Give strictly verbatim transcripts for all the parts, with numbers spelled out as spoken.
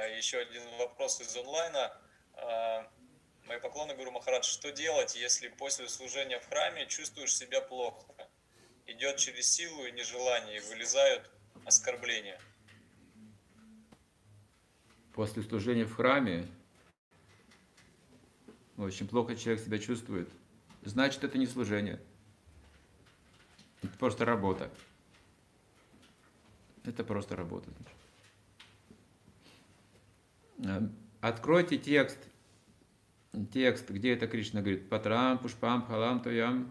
Еще один вопрос из онлайна. Мои поклоны, Гуру Махарадж. Что делать, если после служения в храме чувствуешь себя плохо? Идет через силу и нежелание, и вылезают оскорбления. После служения в храме очень плохо человек себя чувствует. Значит, это не служение. Это просто работа. Это просто работа. Откройте текст. Текст, где это Кришна говорит. Патрам, пушпам, халам, тоям.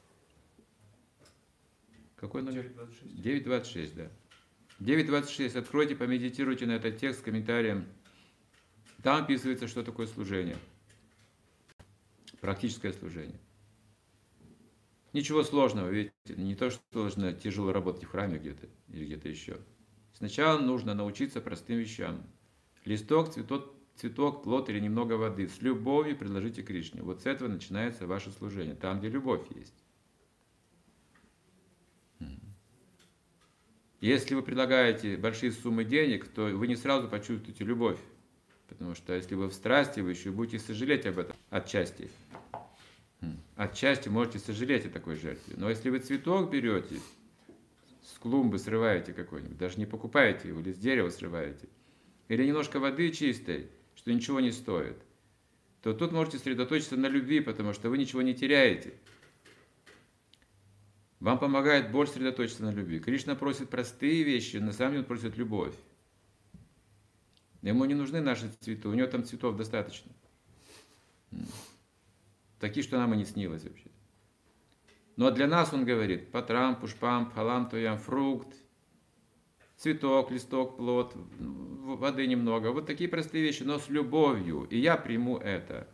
Какой номер? девять двадцать шесть, да. девять двадцать шесть. Откройте, помедитируйте на этот текст с комментарием. Там описывается, что такое служение. Практическое служение. Ничего сложного, ведь не то, что должно тяжело работать в храме где-то или где-то еще. Сначала нужно научиться простым вещам. Листок, цветок, цветок, плод или немного воды. С любовью предложите Кришне. Вот с этого начинается ваше служение. Там, где любовь есть. Если вы предлагаете большие суммы денег, то вы не сразу почувствуете любовь. Потому что если вы в страсти, вы еще будете сожалеть об этом отчасти. Отчасти можете сожалеть о такой жертве. Но если вы цветок берете, с клумбы срываете какой-нибудь, даже не покупаете его, или с дерева срываете, или немножко воды чистой, что ничего не стоит, то тут можете сосредоточиться на любви, потому что вы ничего не теряете. Вам помогает больше сосредоточиться на любви. Кришна просит простые вещи, но на самом деле он просит любовь. Ему не нужны наши цветы, у него там цветов достаточно. Такие, что нам и не снилось вообще. Но для нас он говорит, патрам, пушпам, пхалам, тоям, фрукт, цветок, листок, плод, воды немного. Вот такие простые вещи, но с любовью. И я приму это.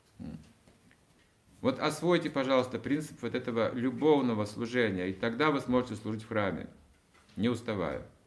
Вот освойте, пожалуйста, принцип вот этого любовного служения, и тогда вы сможете служить в храме, не уставая.